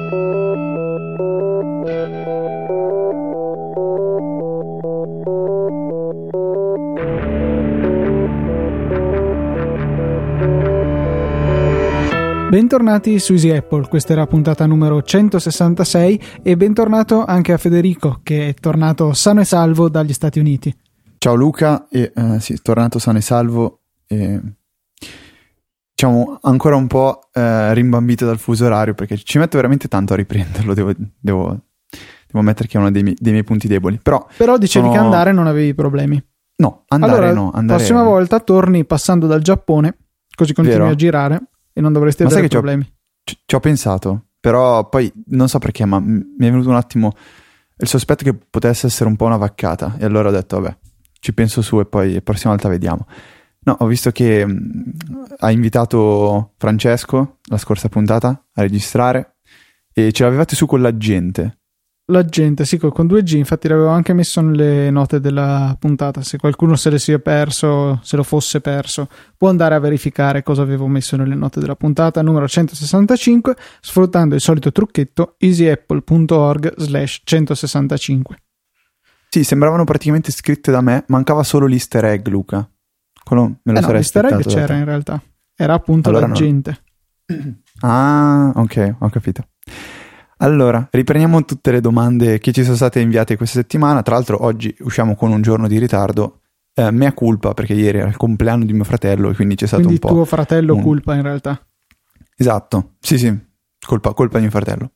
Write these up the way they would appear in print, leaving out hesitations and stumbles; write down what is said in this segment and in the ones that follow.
Bentornati su Easy Apple, questa era puntata numero 166 e bentornato anche a Federico che è tornato sano e salvo dagli Stati Uniti. Ciao Luca, sì, tornato sano e salvo e diciamo ancora un po' rimbambito dal fuso orario perché ci metto veramente tanto a riprenderlo, devo mettere che è uno dei miei punti deboli. Però dicevi che andare non avevi problemi. No, andare. La prossima volta torni passando dal Giappone, così continui Vero? A girare e non dovresti avere problemi. Ci ho pensato, però poi non so perché, ma mi è venuto un attimo il sospetto che potesse essere un po' una vaccata e allora ho detto vabbè, ci penso su e poi la prossima volta vediamo. No, ho visto che ha invitato Francesco la scorsa puntata a registrare e ce l'avevate su con l'agente. L'agente, sì, con 2G, infatti l'avevo anche messo nelle note della puntata. Se qualcuno se le sia perso, se lo fosse perso, può andare a verificare cosa avevo messo nelle note della puntata numero 165 sfruttando il solito trucchetto easyapple.org/165. Sì, sembravano praticamente scritte da me, mancava solo l'easter egg, Luca. Quello me lo sarei l'easter egg aspettato c'era in realtà, era appunto allora l'agente. No. Ah, ok, ho capito. Allora, riprendiamo tutte le domande che ci sono state inviate questa settimana. Tra l'altro oggi usciamo con un giorno di ritardo, mea culpa, perché ieri era il compleanno di mio fratello e quindi c'è stato quindi un po'... tuo fratello culpa in realtà. Esatto, sì, colpa di mio fratello.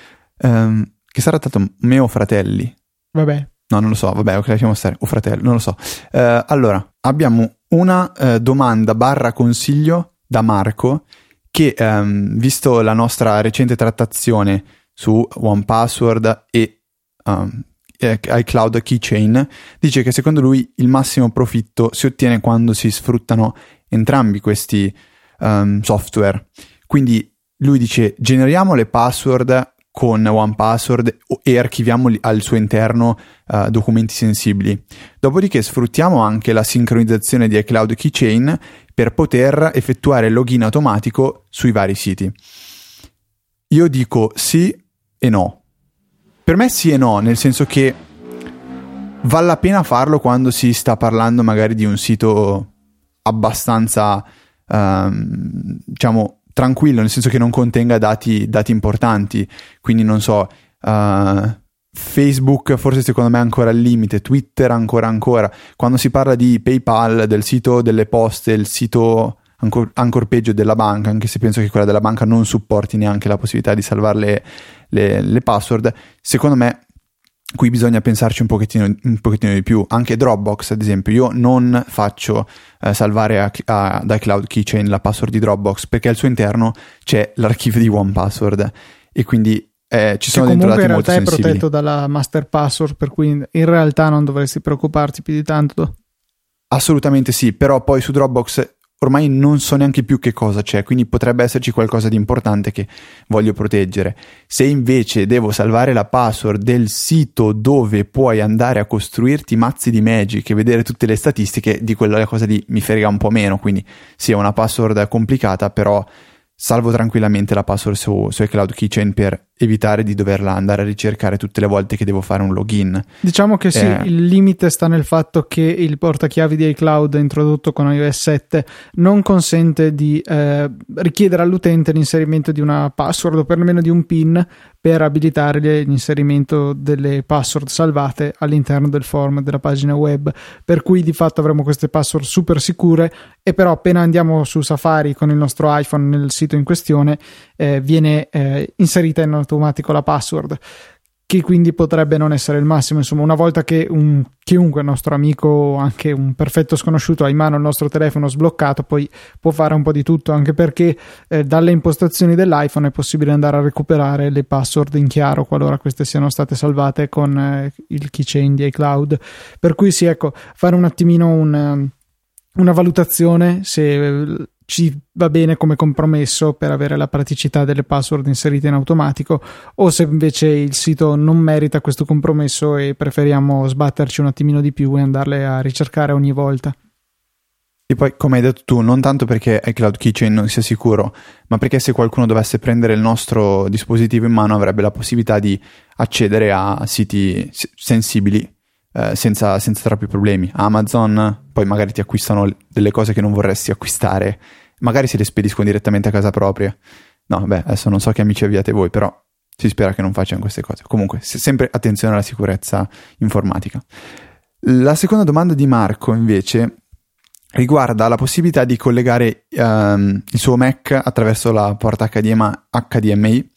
Che sarà stato mio fratelli? Vabbè. No, non lo so, vabbè, ok, lasciamo stare, o fratello, non lo so. Allora, abbiamo una domanda / consiglio da Marco che, visto la nostra recente trattazione su OnePassword e iCloud Keychain, dice che secondo lui il massimo profitto si ottiene quando si sfruttano entrambi questi software. Quindi lui dice generiamo le password con OnePassword e archiviamo al suo interno documenti sensibili. Dopodiché sfruttiamo anche la sincronizzazione di iCloud Keychain per poter effettuare il login automatico sui vari siti. Io dico sì e no. Per me sì e no, nel senso che vale la pena farlo quando si sta parlando magari di un sito abbastanza diciamo tranquillo, nel senso che non contenga dati importanti, quindi non so, Facebook forse secondo me è ancora al limite, Twitter ancora, quando si parla di PayPal, del sito delle poste, il sito ancor peggio della banca, anche se penso che quella della banca non supporti neanche la possibilità di salvare le password, secondo me qui bisogna pensarci un pochettino di più. Anche Dropbox ad esempio, io non faccio salvare ad iCloud Keychain la password di Dropbox perché al suo interno c'è l'archivio di OnePassword e quindi ci sono dentro dati molto sensibili. È protetto dalla master password, per cui in realtà non dovresti preoccuparti più di tanto. Assolutamente sì, però poi su Dropbox ormai non so neanche più che cosa c'è, quindi potrebbe esserci qualcosa di importante che voglio proteggere. Se invece devo salvare la password del sito dove puoi andare a costruirti mazzi di Magic e vedere tutte le statistiche, di quella cosa lì mi frega un po' meno, quindi sì, è una password complicata, però salvo tranquillamente la password su iCloud Keychain per evitare di doverla andare a ricercare tutte le volte che devo fare un login. Diciamo che sì, il limite sta nel fatto che il portachiavi di iCloud introdotto con iOS 7 non consente di richiedere all'utente l'inserimento di una password o perlomeno di un PIN per abilitare l'inserimento delle password salvate all'interno del form della pagina web, per cui di fatto avremo queste password super sicure e però appena andiamo su Safari con il nostro iPhone nel sito in questione viene inserita in automatico la password, che quindi potrebbe non essere il massimo. Insomma, una volta che chiunque nostro amico o anche un perfetto sconosciuto ha in mano il nostro telefono sbloccato, poi può fare un po' di tutto, anche perché dalle impostazioni dell'iPhone è possibile andare a recuperare le password in chiaro qualora queste siano state salvate con il keychain di iCloud, per cui sì, ecco, fare un attimino una valutazione se ci va bene come compromesso per avere la praticità delle password inserite in automatico, o se invece il sito non merita questo compromesso e preferiamo sbatterci un attimino di più e andarle a ricercare ogni volta. E poi, come hai detto tu, non tanto perché iCloud Keychain non sia sicuro, ma perché se qualcuno dovesse prendere il nostro dispositivo in mano avrebbe la possibilità di accedere a siti sensibili senza troppi problemi. Amazon, poi magari ti acquistano delle cose che non vorresti acquistare, magari se le spediscono direttamente a casa propria. No, beh, adesso non so che amici avviate voi, però si spera che non facciano queste cose. Comunque, sempre attenzione alla sicurezza informatica. La seconda domanda di Marco, invece, riguarda la possibilità di collegare il suo Mac attraverso la porta HDMI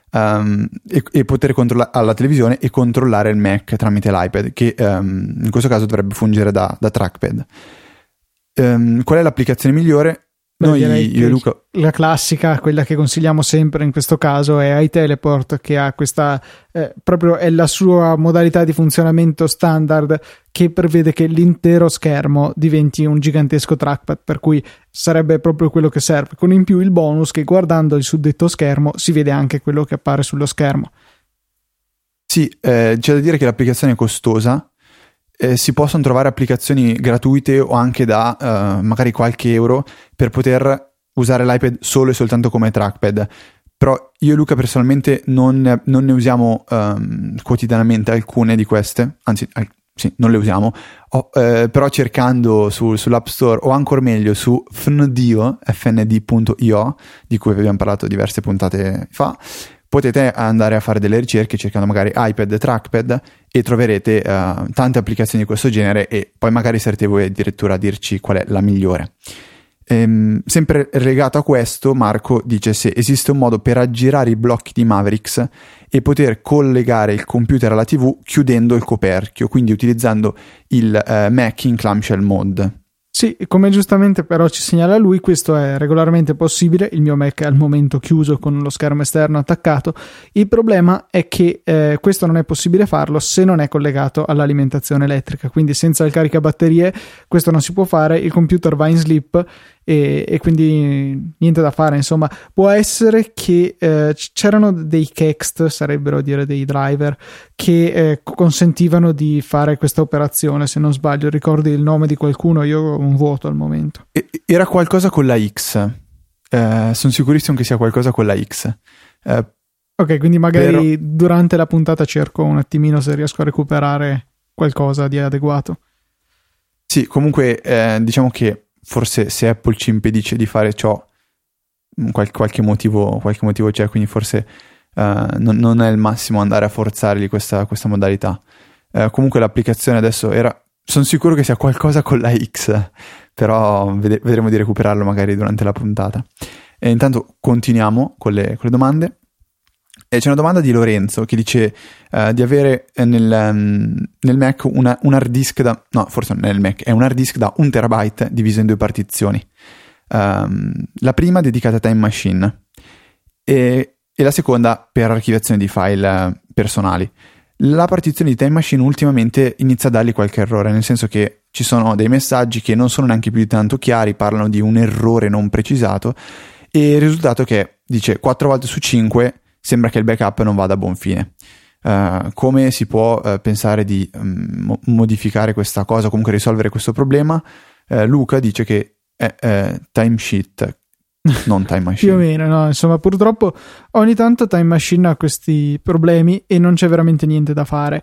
e poter controllare alla televisione e controllare il Mac tramite l'iPad, che in questo caso dovrebbe fungere da trackpad. Qual è l'applicazione migliore? Io e Luca, la classica, quella che consigliamo sempre in questo caso, è iTeleport, che ha questa proprio è la sua modalità di funzionamento standard, che prevede che l'intero schermo diventi un gigantesco trackpad, per cui sarebbe proprio quello che serve, con in più il bonus che guardando il suddetto schermo si vede anche quello che appare sullo schermo. Sì, c'è da dire che l'applicazione è costosa. Si possono trovare applicazioni gratuite o anche da magari qualche euro per poter usare l'iPad solo e soltanto come trackpad, però io e Luca personalmente non ne usiamo quotidianamente alcune di queste, anzi sì, non le usiamo, però cercando sull'App Store o ancora meglio su fnd.io, di cui vi abbiamo parlato diverse puntate fa, potete andare a fare delle ricerche cercando magari iPad trackpad e troverete tante applicazioni di questo genere, e poi magari sarete voi addirittura a dirci qual è la migliore. Sempre legato a questo, Marco dice se esiste un modo per aggirare i blocchi di Mavericks e poter collegare il computer alla TV chiudendo il coperchio, quindi utilizzando il Mac in clamshell mode. Sì, come giustamente però ci segnala lui, questo è regolarmente possibile. Il mio Mac è al momento chiuso con lo schermo esterno attaccato. Il problema è che questo non è possibile farlo se non è collegato all'alimentazione elettrica, quindi senza il caricabatterie questo non si può fare, il computer va in sleep e quindi niente da fare. Insomma, può essere che c'erano dei Kext, sarebbero dire dei driver, che consentivano di fare questa operazione, se non sbaglio. Ricordi il nome di qualcuno? Io ho un vuoto al momento. Era qualcosa con la X, sono sicurissimo che sia qualcosa con la X. Ok, quindi magari durante la puntata cerco un attimino se riesco a recuperare qualcosa di adeguato. Sì, comunque diciamo che forse se Apple ci impedisce di fare ciò, qualche motivo c'è, quindi forse non è il massimo andare a forzargli questa modalità. Comunque l'applicazione adesso sono sicuro che sia qualcosa con la X, però vedremo di recuperarlo magari durante la puntata. E intanto continuiamo con le domande. E c'è una domanda di Lorenzo che dice di avere nel Mac un hard disk forse non nel Mac, è un hard disk da 1 terabyte diviso in 2 partizioni. La prima dedicata a Time Machine e la seconda per archiviazione di file personali. La partizione di Time Machine ultimamente inizia a dargli qualche errore, nel senso che ci sono dei messaggi che non sono neanche più di tanto chiari, parlano di un errore non precisato, e il risultato è che dice 4 volte su 5 sembra che il backup non vada a buon fine. Come si può pensare di modificare questa cosa, comunque risolvere questo problema? Luca dice che è Timesheet, non Time Machine. Più o meno, no? Insomma, purtroppo ogni tanto Time Machine ha questi problemi e non c'è veramente niente da fare.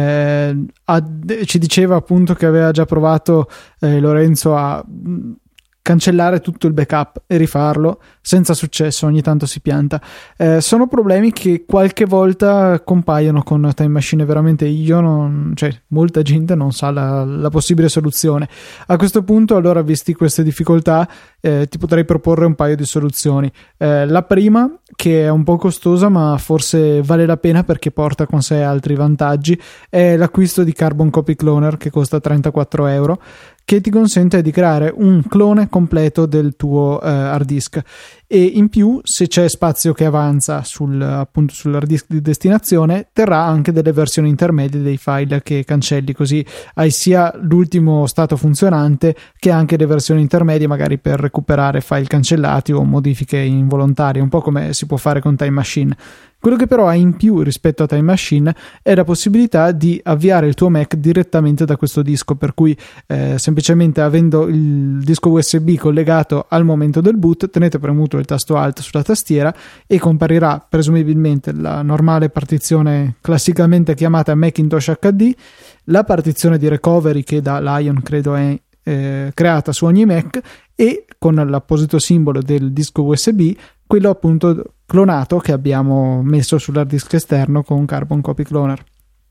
Ci diceva appunto che aveva già provato Lorenzo a cancellare tutto il backup e rifarlo senza successo, ogni tanto si pianta. Sono problemi che qualche volta compaiono con Time Machine, veramente molta gente non sa la possibile soluzione. A questo punto, allora, visti queste difficoltà, ti potrei proporre un paio di soluzioni. La prima, che è un po' costosa ma forse vale la pena perché porta con sé altri vantaggi, è l'acquisto di Carbon Copy Cloner, che costa 34 euro, che ti consente di creare un clone completo del tuo hard disk, e in più, se c'è spazio che avanza sull'hard disk di destinazione, terrà anche delle versioni intermedie dei file che cancelli, così hai sia l'ultimo stato funzionante che anche le versioni intermedie, magari per recuperare file cancellati o modifiche involontarie, un po' come si può fare con Time Machine. Quello che però ha in più rispetto a Time Machine è la possibilità di avviare il tuo Mac direttamente da questo disco, per cui semplicemente avendo il disco USB collegato al momento del boot, tenete premuto il tasto Alt sulla tastiera e comparirà presumibilmente la normale partizione classicamente chiamata Macintosh HD, la partizione di recovery che da Lion credo è creata su ogni Mac, e con l'apposito simbolo del disco USB quello appunto clonato che abbiamo messo sull'hard disk esterno con Carbon Copy Cloner.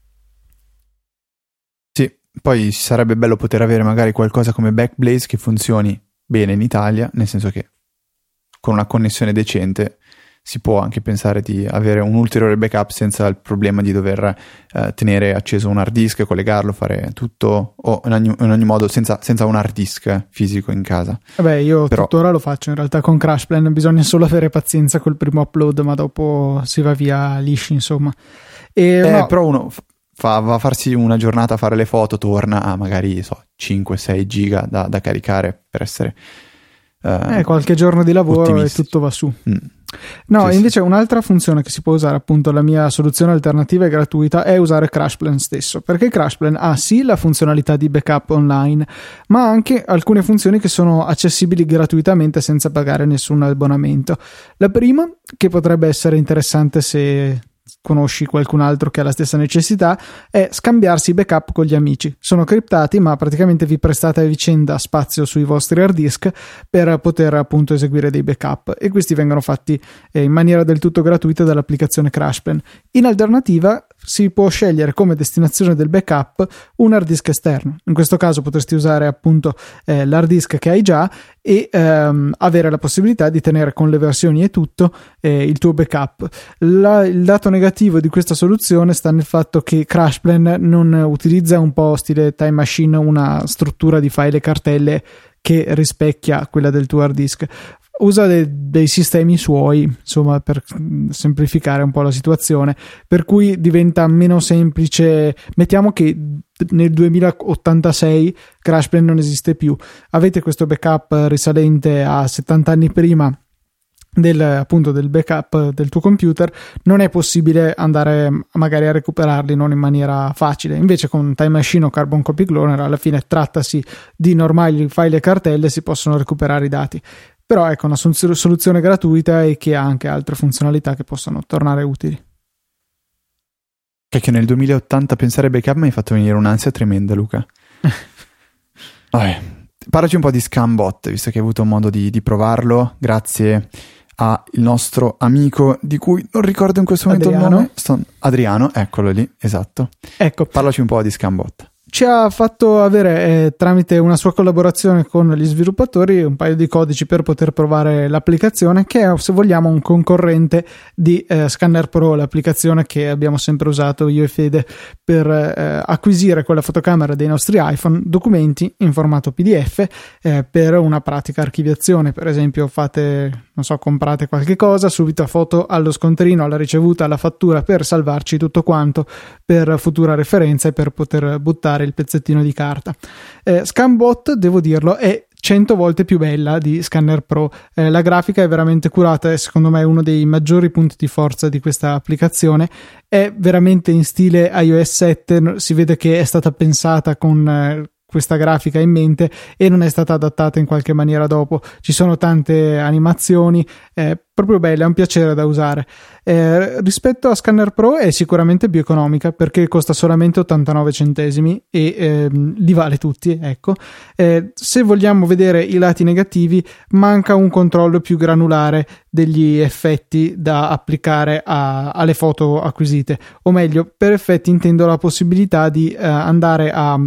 Sì, poi sarebbe bello poter avere magari qualcosa come Backblaze che funzioni bene in Italia, nel senso che con una connessione decente si può anche pensare di avere un ulteriore backup senza il problema di dover tenere acceso un hard disk, collegarlo, fare tutto, o in ogni modo senza un hard disk fisico in casa. Vabbè, io tuttora lo faccio in realtà con CrashPlan, bisogna solo avere pazienza col primo upload, ma dopo si va via lisci, insomma. Però uno va a farsi una giornata a fare le foto, torna a magari 5-6 giga da caricare per essere qualche giorno di lavoro ottimisti. E tutto va su. No, sì, invece un'altra funzione che si può usare, appunto la mia soluzione alternativa e gratuita, è usare CrashPlan stesso, perché CrashPlan ha sì la funzionalità di backup online, ma anche alcune funzioni che sono accessibili gratuitamente senza pagare nessun abbonamento. La prima, che potrebbe essere interessante se conosci qualcun altro che ha la stessa necessità, è scambiarsi i backup con gli amici. Sono criptati, ma praticamente vi prestate a vicenda spazio sui vostri hard disk per poter appunto eseguire dei backup, e questi vengono fatti in maniera del tutto gratuita dall'applicazione CrashPlan. In alternativa si può scegliere come destinazione del backup un hard disk esterno. In questo caso potresti usare appunto l'hard disk che hai già e avere la possibilità di tenere con le versioni e tutto il tuo backup. Il dato negativo di questa soluzione sta nel fatto che CrashPlan non utilizza, un po' stile Time Machine, una struttura di file e cartelle che rispecchia quella del tuo hard disk. Usa dei sistemi suoi, insomma, per semplificare un po' la situazione, per cui diventa meno semplice. Mettiamo che nel 2086 CrashPlan non esiste più, avete questo backup risalente a 70 anni prima appunto del backup del tuo computer, non è possibile andare magari a recuperarli non in maniera facile. Invece con Time Machine o Carbon Copy Cloner alla fine trattasi di normali file e cartelle, si possono recuperare i dati. Però ecco, una soluzione gratuita e che ha anche altre funzionalità che possono tornare utili. Che nel 2080 pensare backup mi hai fatto venire un'ansia tremenda, Luca. Vabbè, parlaci un po' di Scambot, visto che hai avuto modo di provarlo, grazie a il nostro amico di cui non ricordo in questo momento il nome. Adriano, eccolo lì, esatto. Ecco. Parlaci un po' di Scambot. Ci ha fatto avere tramite una sua collaborazione con gli sviluppatori un paio di codici per poter provare l'applicazione, che è, se vogliamo, un concorrente di Scanner Pro, l'applicazione che abbiamo sempre usato io e Fede per acquisire con la fotocamera dei nostri iPhone documenti in formato PDF per una pratica archiviazione. Per esempio comprate qualche cosa, subito a foto allo scontrino, alla ricevuta, alla fattura, per salvarci tutto quanto per futura referenza e per poter buttare il pezzettino di carta. Scambot, devo dirlo, è 100 volte più bella di Scanner Pro. La grafica è veramente curata e secondo me è uno dei maggiori punti di forza di questa applicazione. È veramente in stile iOS 7, si vede che è stata pensata con questa grafica in mente e non è stata adattata in qualche maniera dopo. Ci sono tante animazioni, proprio bella, è un piacere da usare. Rispetto a Scanner Pro è sicuramente più economica, perché costa solamente 89 centesimi e li vale tutti, ecco. Se vogliamo vedere i lati negativi, manca un controllo più granulare degli effetti da applicare alle foto acquisite, o meglio, per effetti intendo la possibilità di andare a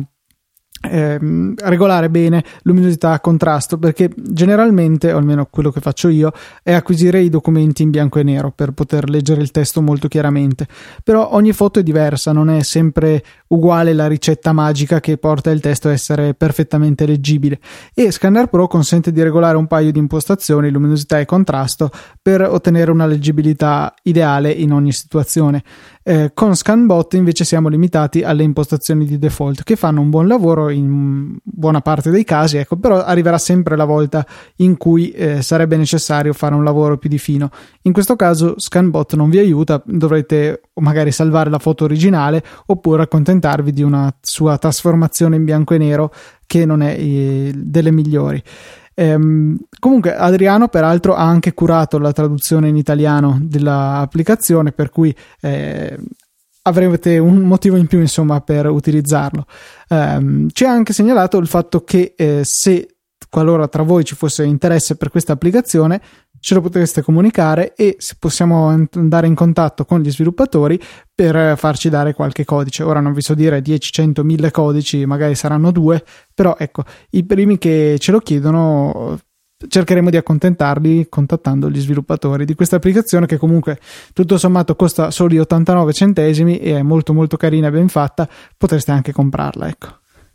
regolare bene luminosità, contrasto, perché generalmente, o almeno quello che faccio io, è acquisire i documenti in bianco e nero per poter leggere il testo molto chiaramente, però ogni foto è diversa, non è sempre uguale la ricetta magica che porta il testo a essere perfettamente leggibile, e Scanner Pro consente di regolare un paio di impostazioni, luminosità e contrasto, per ottenere una leggibilità ideale in ogni situazione. Con ScanBot invece siamo limitati alle impostazioni di default, che fanno un buon lavoro in buona parte dei casi, ecco, però arriverà sempre la volta in cui sarebbe necessario fare un lavoro più di fino. In questo caso ScanBot non vi aiuta, dovrete magari salvare la foto originale oppure accontentarvi di una sua trasformazione in bianco e nero che non è delle migliori. Comunque Adriano peraltro ha anche curato la traduzione in italiano dell'applicazione, per cui avrete un motivo in più insomma per utilizzarlo. Ci ha anche segnalato il fatto che se qualora tra voi ci fosse interesse per questa applicazione ce lo potreste comunicare e se possiamo andare in contatto con gli sviluppatori per farci dare qualche codice. Ora non vi so dire 10, 100, 1000 codici, magari saranno 2, però ecco, i primi che ce lo chiedono cercheremo di accontentarli contattando gli sviluppatori di questa applicazione, che comunque tutto sommato costa soli 89 centesimi e è molto molto carina e ben fatta. Potreste anche comprarla, ecco.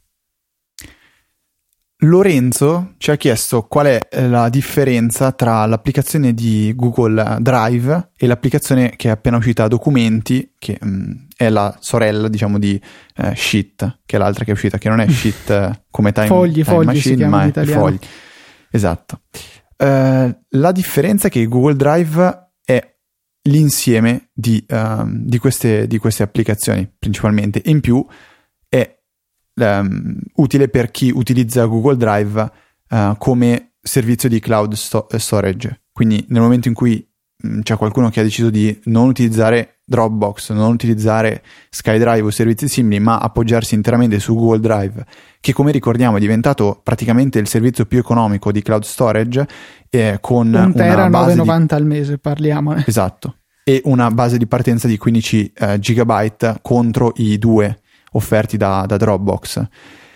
Lorenzo ci ha chiesto qual è la differenza tra l'applicazione di Google Drive e l'applicazione che è appena uscita, Documenti, che è la sorella, diciamo, di Sheet, che è l'altra che è uscita, che non è Sheet come Time Machine, ma è Fogli. Esatto. La differenza è che Google Drive è l'insieme di queste applicazioni principalmente, e in più è utile per chi utilizza Google Drive come servizio di cloud storage. Quindi nel momento in cui c'è qualcuno che ha deciso di non utilizzare Dropbox, non utilizzare SkyDrive o servizi simili, ma appoggiarsi interamente su Google Drive, che come ricordiamo è diventato praticamente il servizio più economico di cloud storage, con un tera una base 9,90 al mese, parliamo. Esatto, e una base di partenza di 15 gigabyte contro i 2 offerti da Dropbox.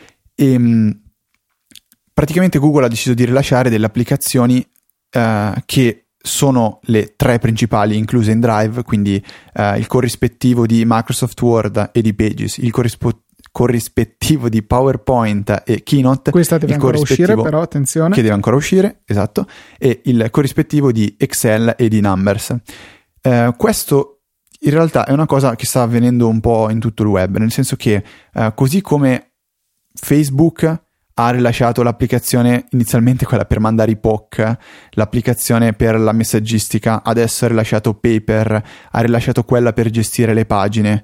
Praticamente Google ha deciso di rilasciare delle applicazioni che sono le 3 principali incluse in Drive, quindi il corrispettivo di Microsoft Word e di Pages, il corrispettivo di PowerPoint e Keynote, questa deve ancora uscire, però attenzione, che deve ancora uscire, esatto, e il corrispettivo di Excel e di Numbers. Questo in realtà è una cosa che sta avvenendo un po' in tutto il web, nel senso che così come Facebook ha rilasciato l'applicazione, inizialmente quella per mandare i POC, l'applicazione per la messaggistica, adesso ha rilasciato Paper, ha rilasciato quella per gestire le pagine,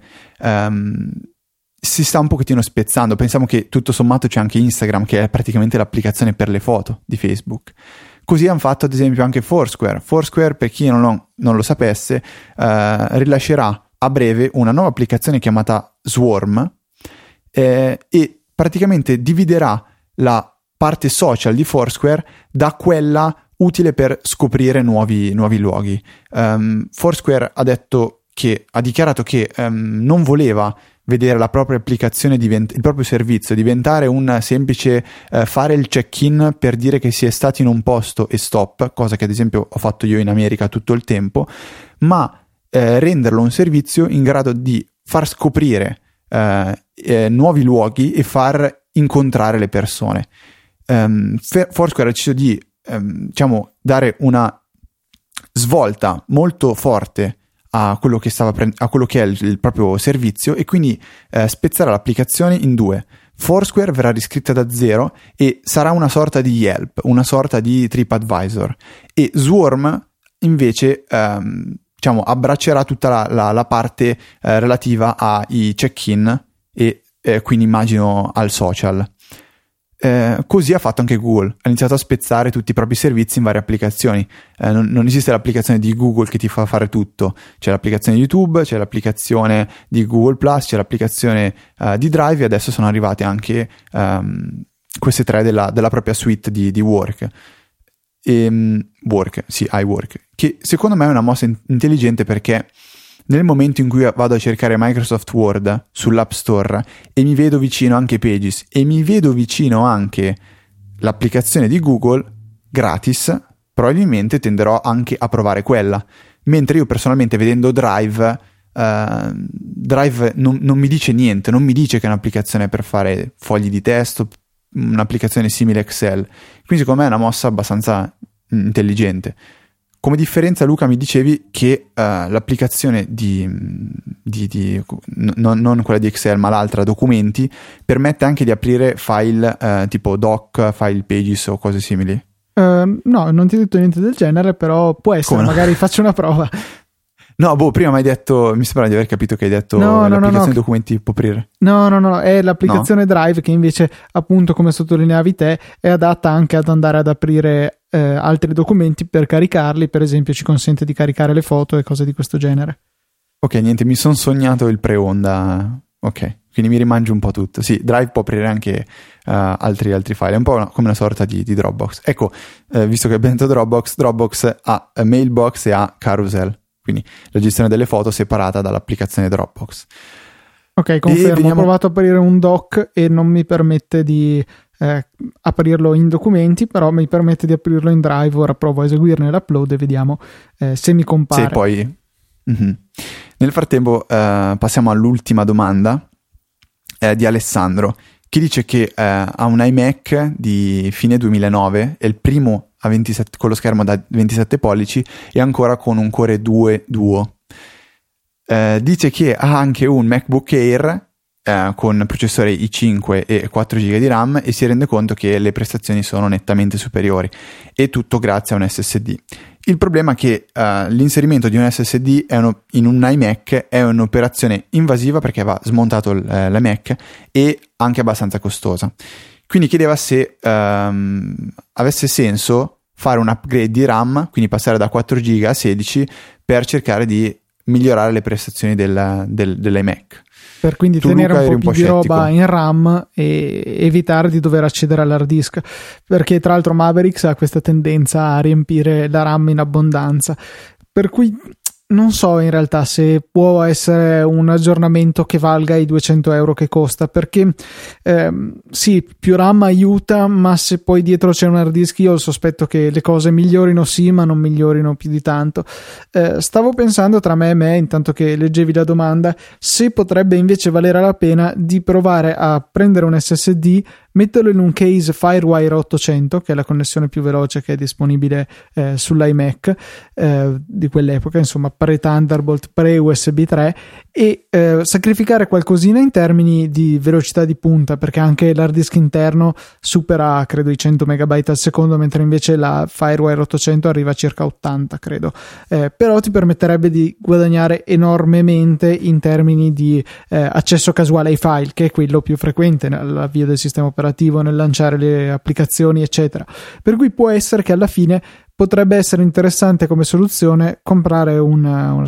si sta un pochettino spezzando. Pensiamo che tutto sommato c'è anche Instagram, che è praticamente l'applicazione per le foto di Facebook. Così hanno fatto ad esempio anche Foursquare. Foursquare, per chi non lo sapesse, rilascerà a breve una nuova applicazione chiamata Swarm, e praticamente dividerà la parte social di Foursquare da quella utile per scoprire nuovi luoghi. Foursquare ha dichiarato che non voleva vedere la propria applicazione, il proprio servizio diventare un semplice fare il check-in per dire che si è stati in un posto e stop, cosa che ad esempio ho fatto io in America tutto il tempo, ma renderlo un servizio in grado di far scoprire nuovi luoghi e far incontrare le persone. Foursquare ha deciso di dare una svolta molto forte a quello che a quello che è il proprio servizio, e quindi spezzerà l'applicazione in 2. Foursquare verrà riscritta da zero e sarà una sorta di Yelp, una sorta di TripAdvisor, e Swarm invece abbraccerà tutta la parte relativa ai check-in e quindi immagino al social. Così ha fatto anche Google, ha iniziato a spezzare tutti i propri servizi in varie applicazioni. Non esiste l'applicazione di Google che ti fa fare tutto, c'è l'applicazione di YouTube, c'è l'applicazione di Google Plus, c'è l'applicazione di Drive, e adesso sono arrivate anche queste 3 della propria suite di Work. iWork, che secondo me è una mossa intelligente, perché nel momento in cui vado a cercare Microsoft Word sull'App Store e mi vedo vicino anche Pages e mi vedo vicino anche l'applicazione di Google gratis, probabilmente tenderò anche a provare quella. Mentre io personalmente, vedendo Drive non mi dice niente, non mi dice che è un'applicazione per fare fogli di testo, un'applicazione simile a Excel. Quindi secondo me è una mossa abbastanza intelligente. Come differenza, Luca, mi dicevi che l'applicazione di non quella di Excel ma l'altra, documenti, permette anche di aprire file tipo doc, file pages o cose simili? No, non ti ho detto niente del genere, però può essere, magari faccio una prova. No, prima mi hai detto, mi sembra di aver capito che hai detto l'applicazione documenti può aprire. No, è l'applicazione Drive che invece, appunto, come sottolineavi te, è adatta anche ad andare ad aprire altri documenti per caricarli, per esempio ci consente di caricare le foto e cose di questo genere. Ok, niente, mi sono sognato il pre-onda, ok, quindi mi rimangio un po' tutto. Sì, Drive può aprire anche altri file, è un po' come una sorta di Dropbox. Ecco, visto che abbiamo detto Dropbox ha Mailbox e ha Carousel. Quindi la gestione delle foto separata dall'applicazione Dropbox. Ok, confermo. Ho provato a aprire un doc e non mi permette di aprirlo in documenti, però mi permette di aprirlo in Drive. Ora provo a eseguirne l'upload e vediamo se mi compare. Sì, poi... Nel frattempo passiamo all'ultima domanda di Alessandro, che dice che ha un iMac di fine 2009, è il primo a 27, con lo schermo da 27 pollici e ancora con un Core 2 Duo. Dice che ha anche un MacBook Air con processore i5 e 4 GB di RAM e si rende conto che le prestazioni sono nettamente superiori, e tutto grazie a un SSD. Il problema è che l'inserimento di un SSD in un iMac è un'operazione invasiva perché va smontato l'iMac e anche abbastanza costosa. Quindi chiedeva se avesse senso fare un upgrade di RAM, quindi passare da 4 GB a 16 per cercare di migliorare le prestazioni dell'iMac. Per quindi tenere un po' più di roba in RAM e evitare di dover accedere all'hard disk, perché tra l'altro Mavericks ha questa tendenza a riempire la RAM in abbondanza, per cui non so in realtà se può essere un aggiornamento che valga i 200 euro che costa, perché sì, più RAM aiuta, ma se poi dietro c'è un hard disk io ho il sospetto che le cose migliorino sì, ma non migliorino più di tanto. Stavo pensando tra me e me, intanto che leggevi la domanda, se potrebbe invece valere la pena di provare a prendere un SSD, metterlo in un case FireWire 800, che è la connessione più veloce che è disponibile sull'iMac di quell'epoca, insomma pre-Thunderbolt, pre-USB 3, e sacrificare qualcosina in termini di velocità di punta, perché anche l'hard disk interno supera credo i 100 MB al secondo, mentre invece la FireWire 800 arriva a circa 80 credo, però ti permetterebbe di guadagnare enormemente in termini di accesso casuale ai file, che è quello più frequente nell'avvio del sistema operativo, nel lanciare le applicazioni eccetera, per cui può essere che alla fine potrebbe essere interessante come soluzione comprare un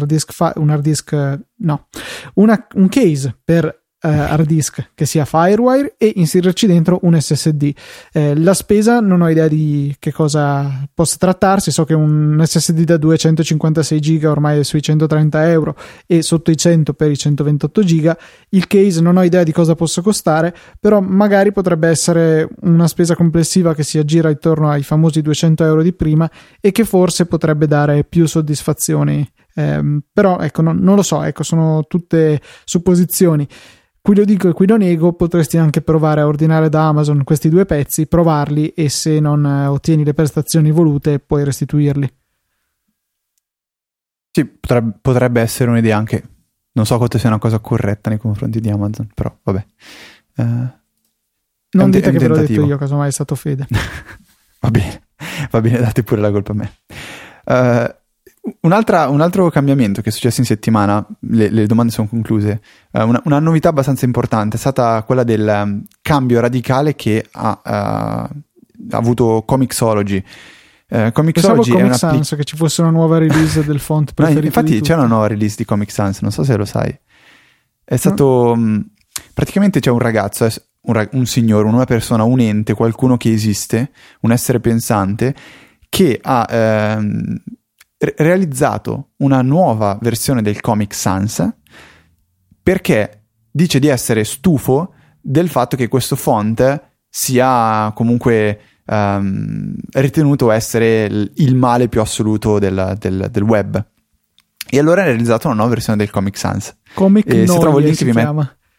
case per hard disk che sia FireWire e inserirci dentro un SSD. La spesa non ho idea di che cosa possa trattarsi, so che un SSD da 256 GB ormai è sui 130 euro e sotto i 100 per i 128 GB. Il case non ho idea di cosa possa costare, però magari potrebbe essere una spesa complessiva che si aggira intorno ai famosi 200 euro di prima e che forse potrebbe dare più soddisfazioni, però ecco, non lo so, ecco, sono tutte supposizioni. Qui lo dico e qui lo nego, potresti anche provare a ordinare da Amazon questi due pezzi, provarli e se non ottieni le prestazioni volute puoi restituirli. Sì, potrebbe essere un'idea anche, non so quanto sia una cosa corretta nei confronti di Amazon, però vabbè. Non dite che ve l'ho detto io, casomai è stato Fede. Va bene, date pure la colpa a me. Un altro cambiamento che è successo in settimana, le domande sono concluse, una novità abbastanza importante è stata quella del cambio radicale che ha avuto Comixology. Comixology è Sans, che ci fosse una nuova release del font preferito. No, infatti c'è una nuova release di Comic Sans, non so se lo sai. È stato praticamente c'è un ragazzo, un signore, una persona, un ente, qualcuno che esiste, un essere pensante che ha realizzato una nuova versione del Comic Sans perché dice di essere stufo del fatto che questo font sia comunque ritenuto essere il male più assoluto del web, e allora ha realizzato una nuova versione del Comic Sans. Comic Noia si chiama.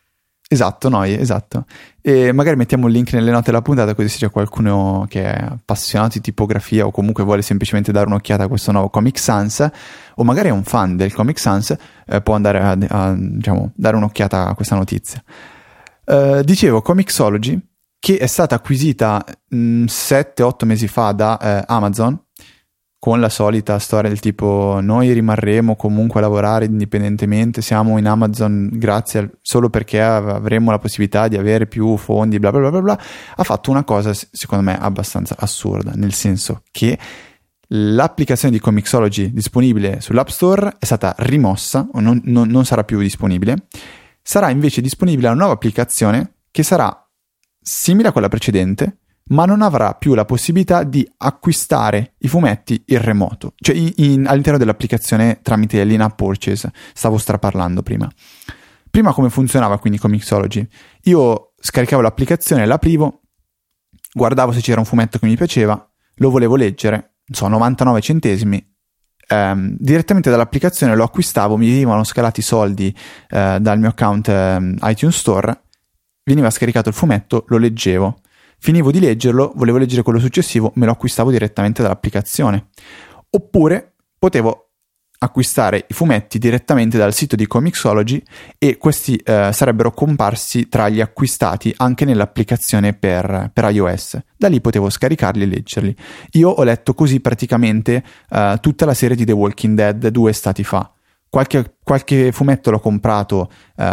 Esatto, noi, esatto. E magari mettiamo il link nelle note della puntata, così se c'è qualcuno che è appassionato di tipografia o comunque vuole semplicemente dare un'occhiata a questo nuovo Comic Sans, o magari è un fan del Comic Sans, può andare a diciamo, dare un'occhiata a questa notizia. Dicevo, Comixology, che è stata acquisita 7-8 mesi fa da Amazon, con la solita storia del tipo noi rimarremo comunque a lavorare indipendentemente, siamo in Amazon solo perché avremo la possibilità di avere più fondi, bla bla bla bla bla, ha fatto una cosa secondo me abbastanza assurda, nel senso che l'applicazione di Comixology disponibile sull'App Store è stata rimossa, o non sarà più disponibile. Sarà invece disponibile una nuova applicazione che sarà simile a quella precedente, ma non avrà più la possibilità di acquistare i fumetti in remoto, cioè all'interno dell'applicazione tramite l'in-app purchase. Stavo straparlando prima. Prima come funzionava quindi Comixology? Io scaricavo l'applicazione, l'aprivo, guardavo se c'era un fumetto che mi piaceva, lo volevo leggere, non so, 99 centesimi, direttamente dall'applicazione lo acquistavo, mi venivano scalati i soldi dal mio account iTunes Store, veniva scaricato il fumetto, lo leggevo. Finivo di leggerlo, volevo leggere quello successivo, me lo acquistavo direttamente dall'applicazione. Oppure potevo acquistare i fumetti direttamente dal sito di Comixology e questi sarebbero comparsi tra gli acquistati anche nell'applicazione per iOS. Da lì potevo scaricarli e leggerli. Io ho letto così praticamente tutta la serie di The Walking Dead 2 stati fa. Qualche fumetto l'ho comprato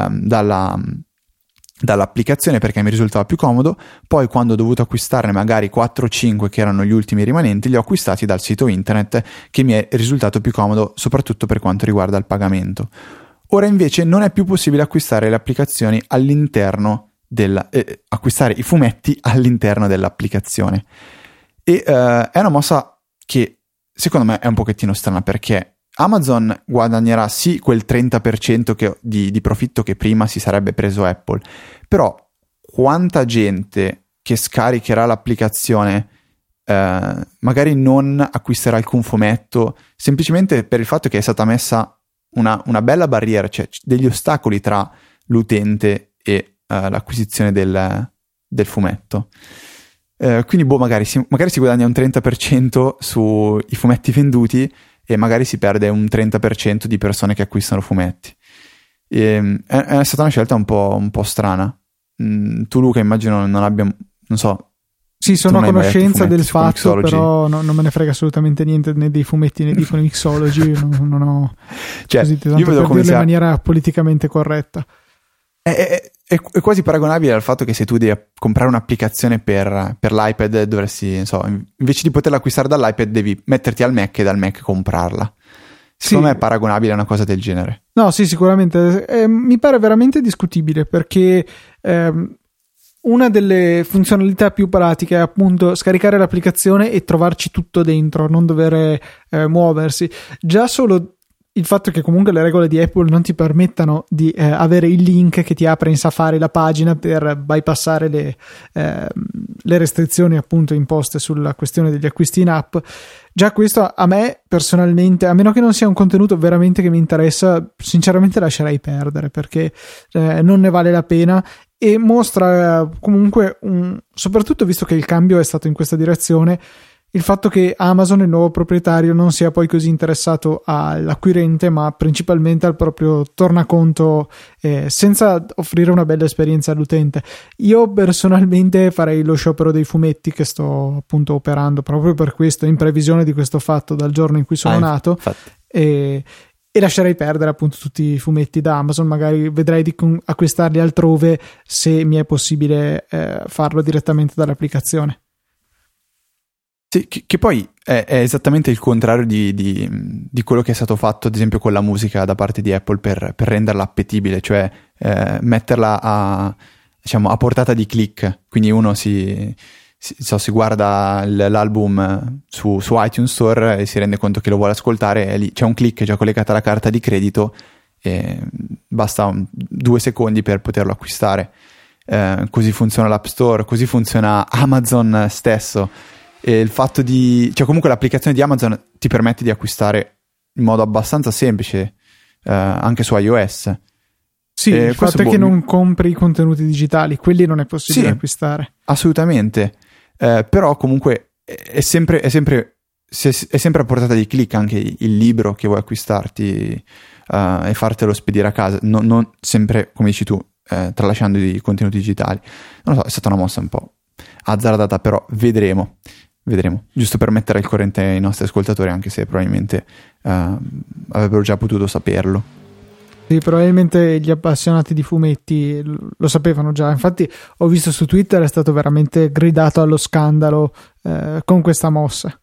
dall'applicazione perché mi risultava più comodo, poi quando ho dovuto acquistarne magari 4 o 5 che erano gli ultimi rimanenti, li ho acquistati dal sito internet, che mi è risultato più comodo soprattutto per quanto riguarda il pagamento. Ora invece non è più possibile acquistare le applicazioni all'interno acquistare i fumetti all'interno dell'applicazione, e è una mossa che secondo me è un pochettino strana, perché Amazon guadagnerà sì quel 30% di profitto che prima si sarebbe preso Apple, però quanta gente che scaricherà l'applicazione magari non acquisterà alcun fumetto semplicemente per il fatto che è stata messa una bella barriera, cioè degli ostacoli tra l'utente e l'acquisizione del fumetto. Quindi magari si guadagna un 30% sui fumetti venduti e magari si perde un 30% di persone che acquistano fumetti. È stata una scelta un po' strana. Tu, Luca, immagino non abbia, non so. Sì, sono a conoscenza del fatto, però non me ne frega assolutamente niente né dei fumetti né di Comixology. non ho cioè, così tanto per dirlo in maniera politicamente corretta. È quasi paragonabile al fatto che se tu devi comprare un'applicazione per l'iPad dovresti, non so, invece di poterla acquistare dall'iPad devi metterti al Mac e dal Mac comprarla. Secondo me è paragonabile a una cosa del genere. No, sì, sicuramente. Mi pare veramente discutibile perché una delle funzionalità più pratiche è appunto scaricare l'applicazione e trovarci tutto dentro, non dover muoversi. Già solo il fatto che comunque le regole di Apple non ti permettano di avere il link che ti apre in Safari la pagina per bypassare le restrizioni appunto imposte sulla questione degli acquisti in app, già questo a me personalmente, a meno che non sia un contenuto veramente che mi interessa, sinceramente lascerei perdere, perché non ne vale la pena, e mostra comunque soprattutto visto che il cambio è stato in questa direzione, il fatto che Amazon, il nuovo proprietario, non sia poi così interessato all'acquirente ma principalmente al proprio tornaconto, senza offrire una bella esperienza all'utente. Io personalmente farei lo sciopero dei fumetti, che sto appunto operando proprio per questo, in previsione di questo fatto dal giorno in cui sono nato, e lascerei perdere appunto tutti i fumetti da Amazon. Magari vedrei di acquistarli altrove se mi è possibile farlo direttamente dall'applicazione. Sì, che poi è esattamente il contrario di quello che è stato fatto ad esempio con la musica da parte di Apple per renderla appetibile, cioè metterla a portata di click, quindi uno si guarda l'album su iTunes Store e si rende conto che lo vuole ascoltare, e lì c'è un click già collegata alla carta di credito e basta 2 secondi per poterlo acquistare. Così funziona l'App Store, così funziona Amazon stesso. E il fatto cioè comunque l'applicazione di Amazon ti permette di acquistare in modo abbastanza semplice anche su iOS. Sì, il fatto è che non compri i contenuti digitali, quelli non è possibile acquistare. Assolutamente, però comunque è sempre a portata di click anche il libro che vuoi acquistarti e fartelo spedire a casa, non sempre, come dici tu, tralasciando i contenuti digitali. Non lo so, è stata una mossa un po' azzardata, però vedremo, giusto per mettere al corrente i nostri ascoltatori, anche se probabilmente avrebbero già potuto saperlo. Sì, probabilmente gli appassionati di fumetti lo sapevano già. Infatti ho visto su Twitter è stato veramente gridato allo scandalo con questa mossa.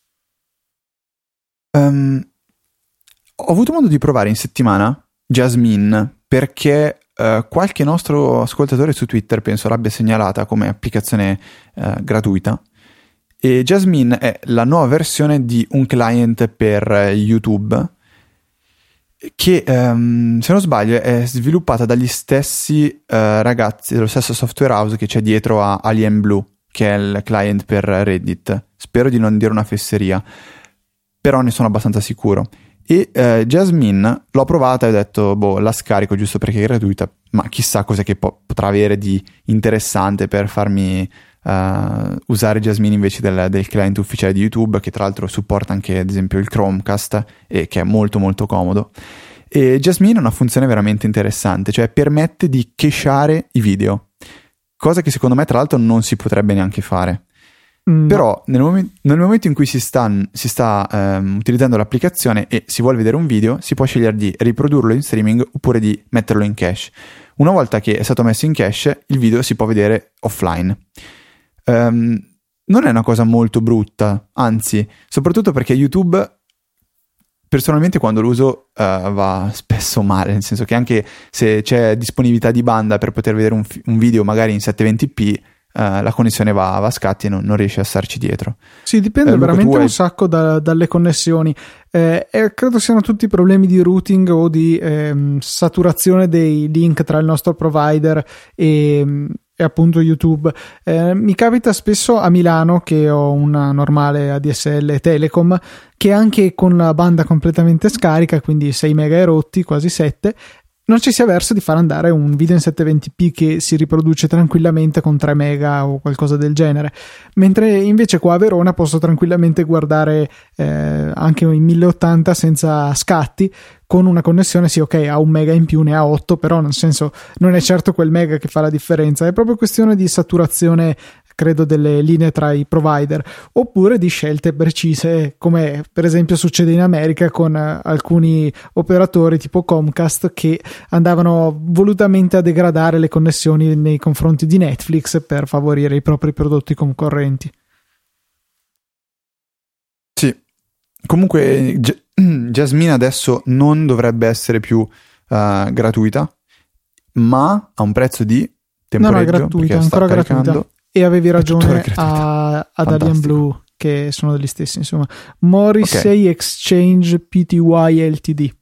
Ho avuto modo di provare in settimana Jasmine, perché qualche nostro ascoltatore su Twitter penso l'abbia segnalata come applicazione gratuita, e Jasmine è la nuova versione di un client per YouTube che se non sbaglio è sviluppata dagli stessi ragazzi dello stesso software house che c'è dietro a Alien Blue, che è il client per Reddit. Spero di non dire una fesseria, però ne sono abbastanza sicuro. E Jasmine l'ho provata e ho detto la scarico giusto perché è gratuita, ma chissà cos'è che potrà avere di interessante per farmi usare Jasmine invece del client ufficiale di YouTube, che tra l'altro supporta anche ad esempio il Chromecast e che è molto molto comodo. E Jasmine ha una funzione veramente interessante, cioè permette di cacheare i video, cosa che secondo me tra l'altro non si potrebbe neanche fare. Però nel momento in cui si sta utilizzando l'applicazione e si vuole vedere un video, si può scegliere di riprodurlo in streaming oppure di metterlo in cache. Una volta che è stato messo in cache, il video si può vedere offline. Non è una cosa molto brutta, anzi, soprattutto perché YouTube personalmente quando lo uso va spesso male, nel senso che anche se c'è disponibilità di banda per poter vedere un video magari in 720p, la connessione va a scatti e non riesce a starci dietro. Sì, dipende veramente un sacco dalle connessioni. Credo siano tutti problemi di routing o di saturazione dei link tra il nostro provider e appunto YouTube. Mi capita spesso a Milano, che ho una normale ADSL Telecom, che anche con la banda completamente scarica, quindi 6 mega e rotti, quasi 7, non ci sia verso di far andare un video in 720p che si riproduce tranquillamente con 3 mega o qualcosa del genere, mentre invece qua a Verona posso tranquillamente guardare anche in 1080 senza scatti, con una connessione sì, ok, ha 1 mega in più, ne ha 8, però nel senso non è certo quel mega che fa la differenza, è proprio questione di saturazione, credo, delle linee tra i provider, oppure di scelte precise, come per esempio succede in America con alcuni operatori tipo Comcast che andavano volutamente a degradare le connessioni nei confronti di Netflix per favorire i propri prodotti concorrenti. Sì, comunque Jasmine adesso non dovrebbe essere più gratuita, ma a un prezzo di temporeggio, no, è gratuita, ancora gratuita. E avevi ragione ad Alien Blue, che sono degli stessi, insomma. Morrissey Exchange Pty Ltd.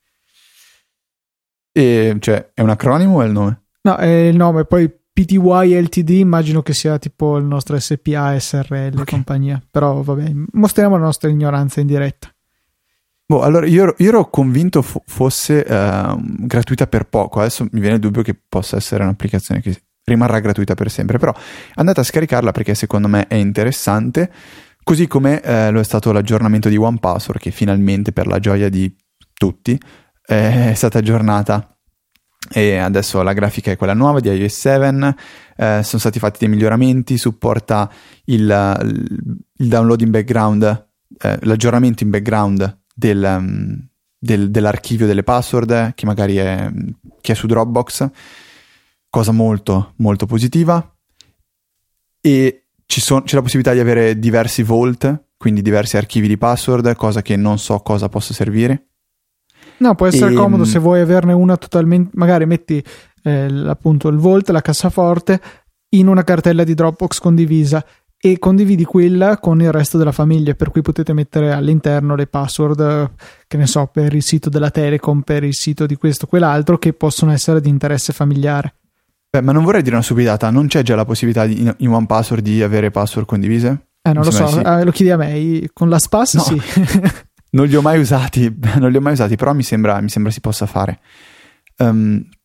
E cioè è un acronimo o è il nome? No, è il nome, poi Pty Ltd immagino che sia tipo il nostro SPA, SRL, compagnia. Però vabbè, mostriamo la nostra ignoranza in diretta. Allora io ero convinto fosse gratuita per poco, adesso mi viene il dubbio che possa essere un'applicazione che rimarrà gratuita per sempre, però andate a scaricarla perché secondo me è interessante, così come lo è stato l'aggiornamento di OnePassword, che finalmente, per la gioia di tutti, è stata aggiornata e adesso la grafica è quella nuova di iOS 7, sono stati fatti dei miglioramenti, supporta il download in background, l'aggiornamento in background dell'archivio delle password che magari è su Dropbox, cosa molto molto positiva, e c'è la possibilità di avere diversi vault, quindi diversi archivi di password, cosa che non so cosa possa servire. No, può essere comodo se vuoi averne una totalmente, magari metti appunto il vault, la cassaforte in una cartella di Dropbox condivisa e condividi quella con il resto della famiglia, per cui potete mettere all'interno le password, che ne so, per il sito della Telecom, per il sito di questo o quell'altro, che possono essere di interesse familiare. Ma non vorrei dire una stupidata, non c'è già la possibilità in OnePassword di avere password condivise? Non lo so, sì. Lo chiedi a me, con la SPAS no. Sì. Non li ho mai usati, però mi sembra si possa fare.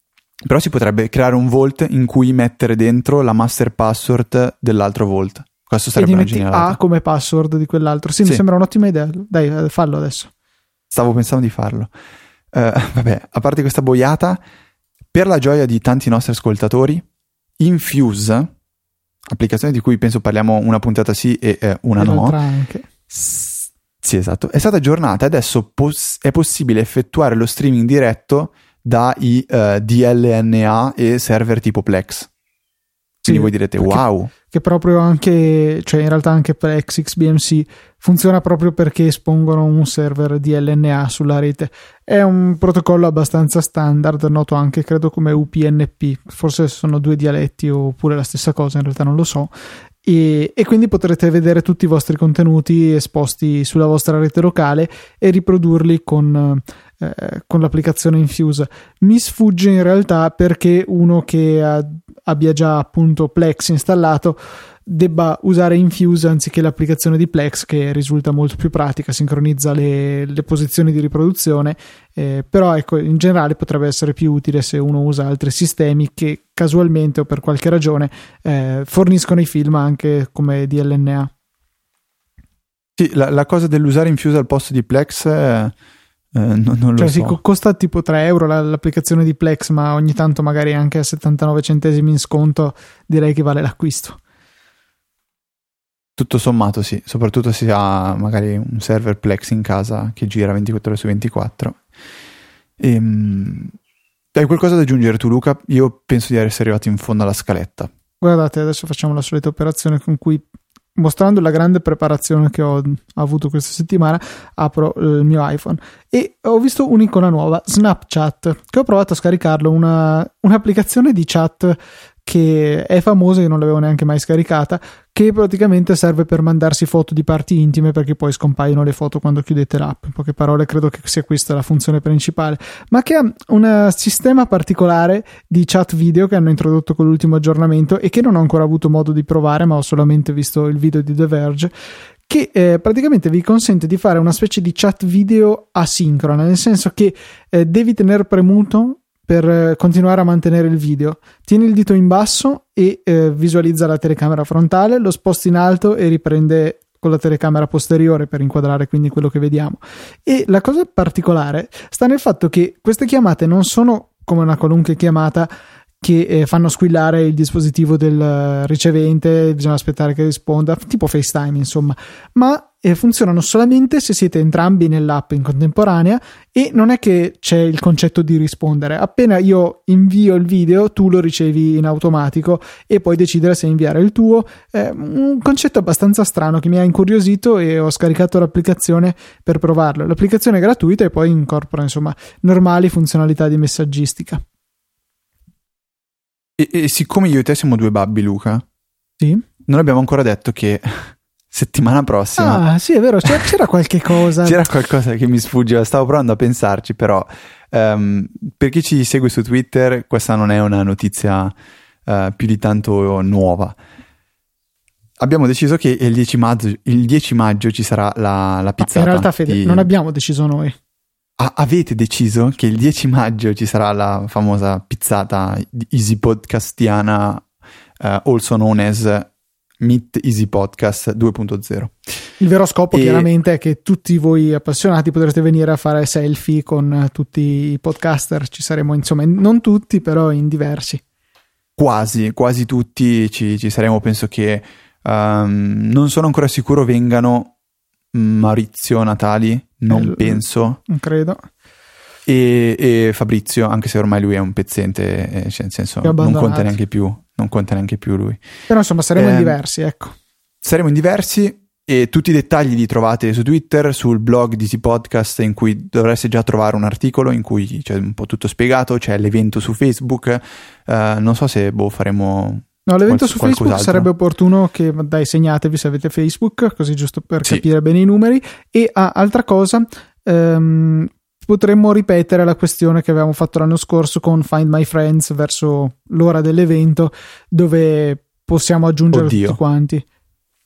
Però si potrebbe creare un vault in cui mettere dentro la master password dell'altro vault. Questo sarebbe una genialata. A come password di quell'altro. Sì, mi sembra un'ottima idea. Dai, fallo adesso. Stavo pensando di farlo. Vabbè, a parte questa boiata, per la gioia di tanti nostri ascoltatori, Infuse, applicazione di cui penso parliamo una puntata sì e una no. Anche. Sì, esatto. È stata aggiornata e adesso è possibile effettuare lo streaming diretto dai DLNA e server tipo Plex. Quindi voi direte wow. Che proprio anche, cioè in realtà anche Plex XBMC funziona proprio perché espongono un server DLNA sulla rete. È un protocollo abbastanza standard, noto anche credo come UPnP, forse sono due dialetti oppure la stessa cosa, in realtà non lo so. E quindi potrete vedere tutti i vostri contenuti esposti sulla vostra rete locale e riprodurli con l'applicazione Infuse. Mi sfugge in realtà perché uno che abbia già appunto Plex installato debba usare Infuse anziché l'applicazione di Plex, che risulta molto più pratica, sincronizza le posizioni di riproduzione, però ecco, in generale potrebbe essere più utile se uno usa altri sistemi che casualmente o per qualche ragione forniscono i film anche come DLNA. Sì, la cosa dell'usare Infuse al posto di Plex non lo so. Sì, costa tipo 3 euro l'applicazione di Plex, ma ogni tanto magari anche a 79 centesimi in sconto direi che vale l'acquisto. Tutto sommato sì, soprattutto se ha magari un server Plex in casa che gira 24 ore su 24. Hai qualcosa da aggiungere tu, Luca? Io penso di essere arrivato in fondo alla scaletta. Guardate, adesso facciamo la solita operazione con cui, mostrando la grande preparazione che ho avuto questa settimana, apro il mio iPhone e ho visto un'icona nuova, Snapchat, che ho provato a scaricarlo, un'applicazione di chat che è famosa, io non l'avevo neanche mai scaricata, che praticamente serve per mandarsi foto di parti intime perché poi scompaiono le foto quando chiudete l'app. In poche parole credo che sia questa la funzione principale, ma che ha un sistema particolare di chat video che hanno introdotto con l'ultimo aggiornamento e che non ho ancora avuto modo di provare, ma ho solamente visto il video di The Verge, che praticamente vi consente di fare una specie di chat video asincrona, nel senso che devi tenere premuto per continuare a mantenere il video. Tieni il dito in basso e visualizza la telecamera frontale, lo sposti in alto e riprende con la telecamera posteriore per inquadrare quindi quello che vediamo. E la cosa particolare sta nel fatto che queste chiamate non sono come una qualunque chiamata che fanno squillare il dispositivo del ricevente, bisogna aspettare che risponda, tipo FaceTime insomma, ma funzionano solamente se siete entrambi nell'app in contemporanea e non è che c'è il concetto di rispondere. Appena io invio il video tu lo ricevi in automatico e puoi decidere se inviare il tuo. Un concetto abbastanza strano che mi ha incuriosito e ho scaricato l'applicazione per provarlo. L'applicazione è gratuita e poi incorpora insomma normali funzionalità di messaggistica. E siccome io e te siamo due babbi, Luca, sì, non abbiamo ancora detto che settimana prossima... Ah, sì, è vero, c'era qualche cosa. C'era qualcosa che mi sfuggiva, stavo provando a pensarci, però per chi ci segue su Twitter, questa non è una notizia più di tanto nuova. Abbiamo deciso che il 10 maggio ci sarà la pizzata. In realtà, Fede, non abbiamo deciso noi. Avete deciso che il 10 maggio ci sarà la famosa pizzata Easy Podcastiana, also known as Meet Easy Podcast 2.0. Il vero scopo chiaramente è che tutti voi appassionati potrete venire a fare selfie con tutti i podcaster. Ci saremo insomma, non tutti, però in diversi. Quasi tutti ci saremo. Penso che non sono ancora sicuro vengano Maurizio Natali, non penso, non credo, e Fabrizio, anche se ormai lui è un pezzente, cioè nel senso non conta neanche più lui. Però insomma saremo in diversi, ecco. Saremo in diversi e tutti i dettagli li trovate su Twitter, sul blog di Easy Podcast, in cui dovreste già trovare un articolo in cui c'è un po' tutto spiegato, c'è l'evento su Facebook, non so se faremo... No, l'evento su Facebook sarebbe opportuno che segnatevi se avete Facebook, così giusto per capire bene i numeri. E altra cosa, potremmo ripetere la questione che avevamo fatto l'anno scorso con Find My Friends verso l'ora dell'evento, dove possiamo aggiungere tutti quanti.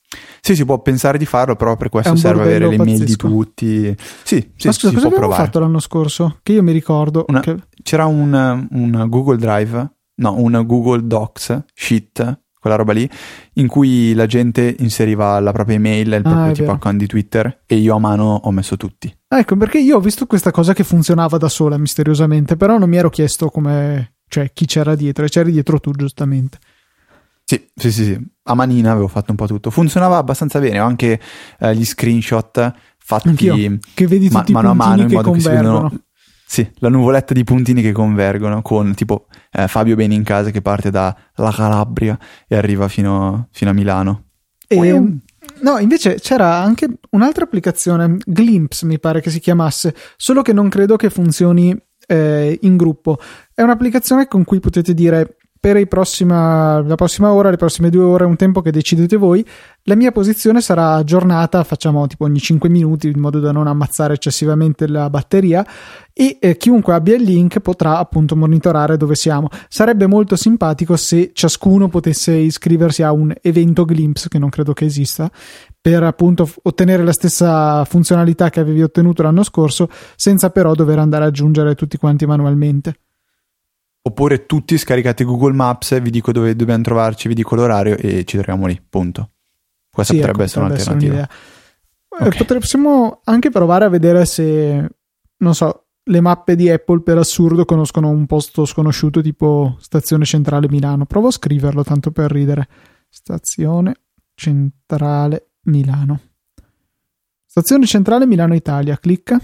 Sì, si può pensare di farlo, però per questo serve avere le mail di tutti. Sì, ma scusa, cosa abbiamo fatto l'anno scorso? Che io mi ricordo. C'era un Google Drive, no, un Google Docs, Sheet, quella roba lì, in cui la gente inseriva la propria email e il proprio tipo account di Twitter, e io a mano ho messo tutti. Ecco, perché io ho visto questa cosa che funzionava da sola misteriosamente, però non mi ero chiesto come, cioè chi c'era dietro, e c'eri dietro tu giustamente. Sì. A manina avevo fatto un po' tutto. Funzionava abbastanza bene. Ho anche gli screenshot fatti anch'io, che vedi tutti mano a mano in modo convergono. Che sì, la nuvoletta di puntini che convergono con tipo Fabio Bene in casa che parte dalla Calabria e arriva fino a Milano. No, invece c'era anche un'altra applicazione, Glimpse mi pare che si chiamasse, solo che non credo che funzioni in gruppo. È un'applicazione con cui potete dire: per la prossima ora, le prossime 2 ore, un tempo che decidete voi, la mia posizione sarà aggiornata, facciamo tipo ogni 5 minuti in modo da non ammazzare eccessivamente la batteria, e chiunque abbia il link potrà appunto monitorare dove siamo. Sarebbe molto simpatico se ciascuno potesse iscriversi a un evento Glimpse, che non credo che esista, per appunto ottenere la stessa funzionalità che avevi ottenuto l'anno scorso, senza però dover andare ad aggiungere tutti quanti manualmente. Oppure tutti scaricate Google Maps, vi dico dove dobbiamo trovarci, vi dico l'orario e ci troviamo lì, punto. Questa potrebbe essere un'alternativa. Possiamo anche provare a vedere se, non so, le mappe di Apple per assurdo conoscono un posto sconosciuto tipo Stazione Centrale Milano. Provo a scriverlo tanto per ridere. Stazione Centrale Milano. Stazione Centrale Milano Italia, clicca.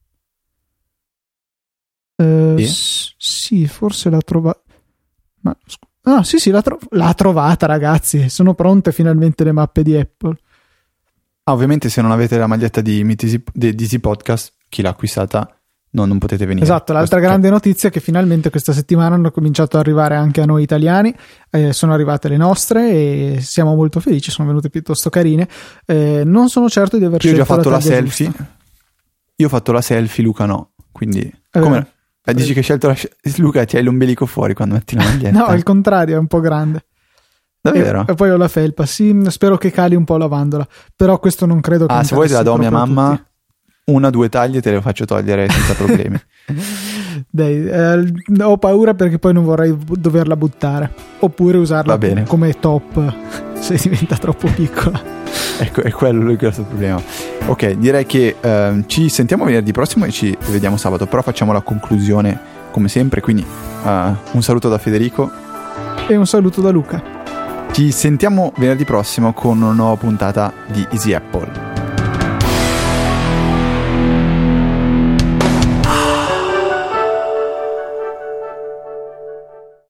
Sì, forse l'ha trovata. Sì, l'ha trovata, ragazzi. Sono pronte finalmente le mappe di Apple. Ovviamente se non avete la maglietta di Easy Podcast, chi l'ha acquistata non potete venire. Esatto, l'altra grande notizia è che finalmente questa settimana hanno cominciato ad arrivare anche a noi italiani, sono arrivate le nostre e siamo molto felici, sono venute piuttosto carine. Non sono certo di aver scelto. Io ho già fatto la selfie. Io ho fatto la selfie, Luca no, quindi come? Dici che hai scelto Luca, ti hai l'ombelico fuori quando metti la maglietta. No, al contrario, è un po' grande. Davvero? E poi ho la felpa, sì, spero che cali un po' lavandola, però questo non credo che se vuoi te la do a mia mamma, 1-2 taglie te le faccio togliere senza problemi. Dai, ho paura perché poi non vorrei doverla buttare, oppure usarla come top se diventa troppo piccola. Ecco, è quello il grosso problema. Ok, direi che ci sentiamo venerdì prossimo e ci vediamo sabato, però facciamo la conclusione come sempre, quindi un saluto da Federico e un saluto da Luca. Ci sentiamo venerdì prossimo con una nuova puntata di Easy Apple.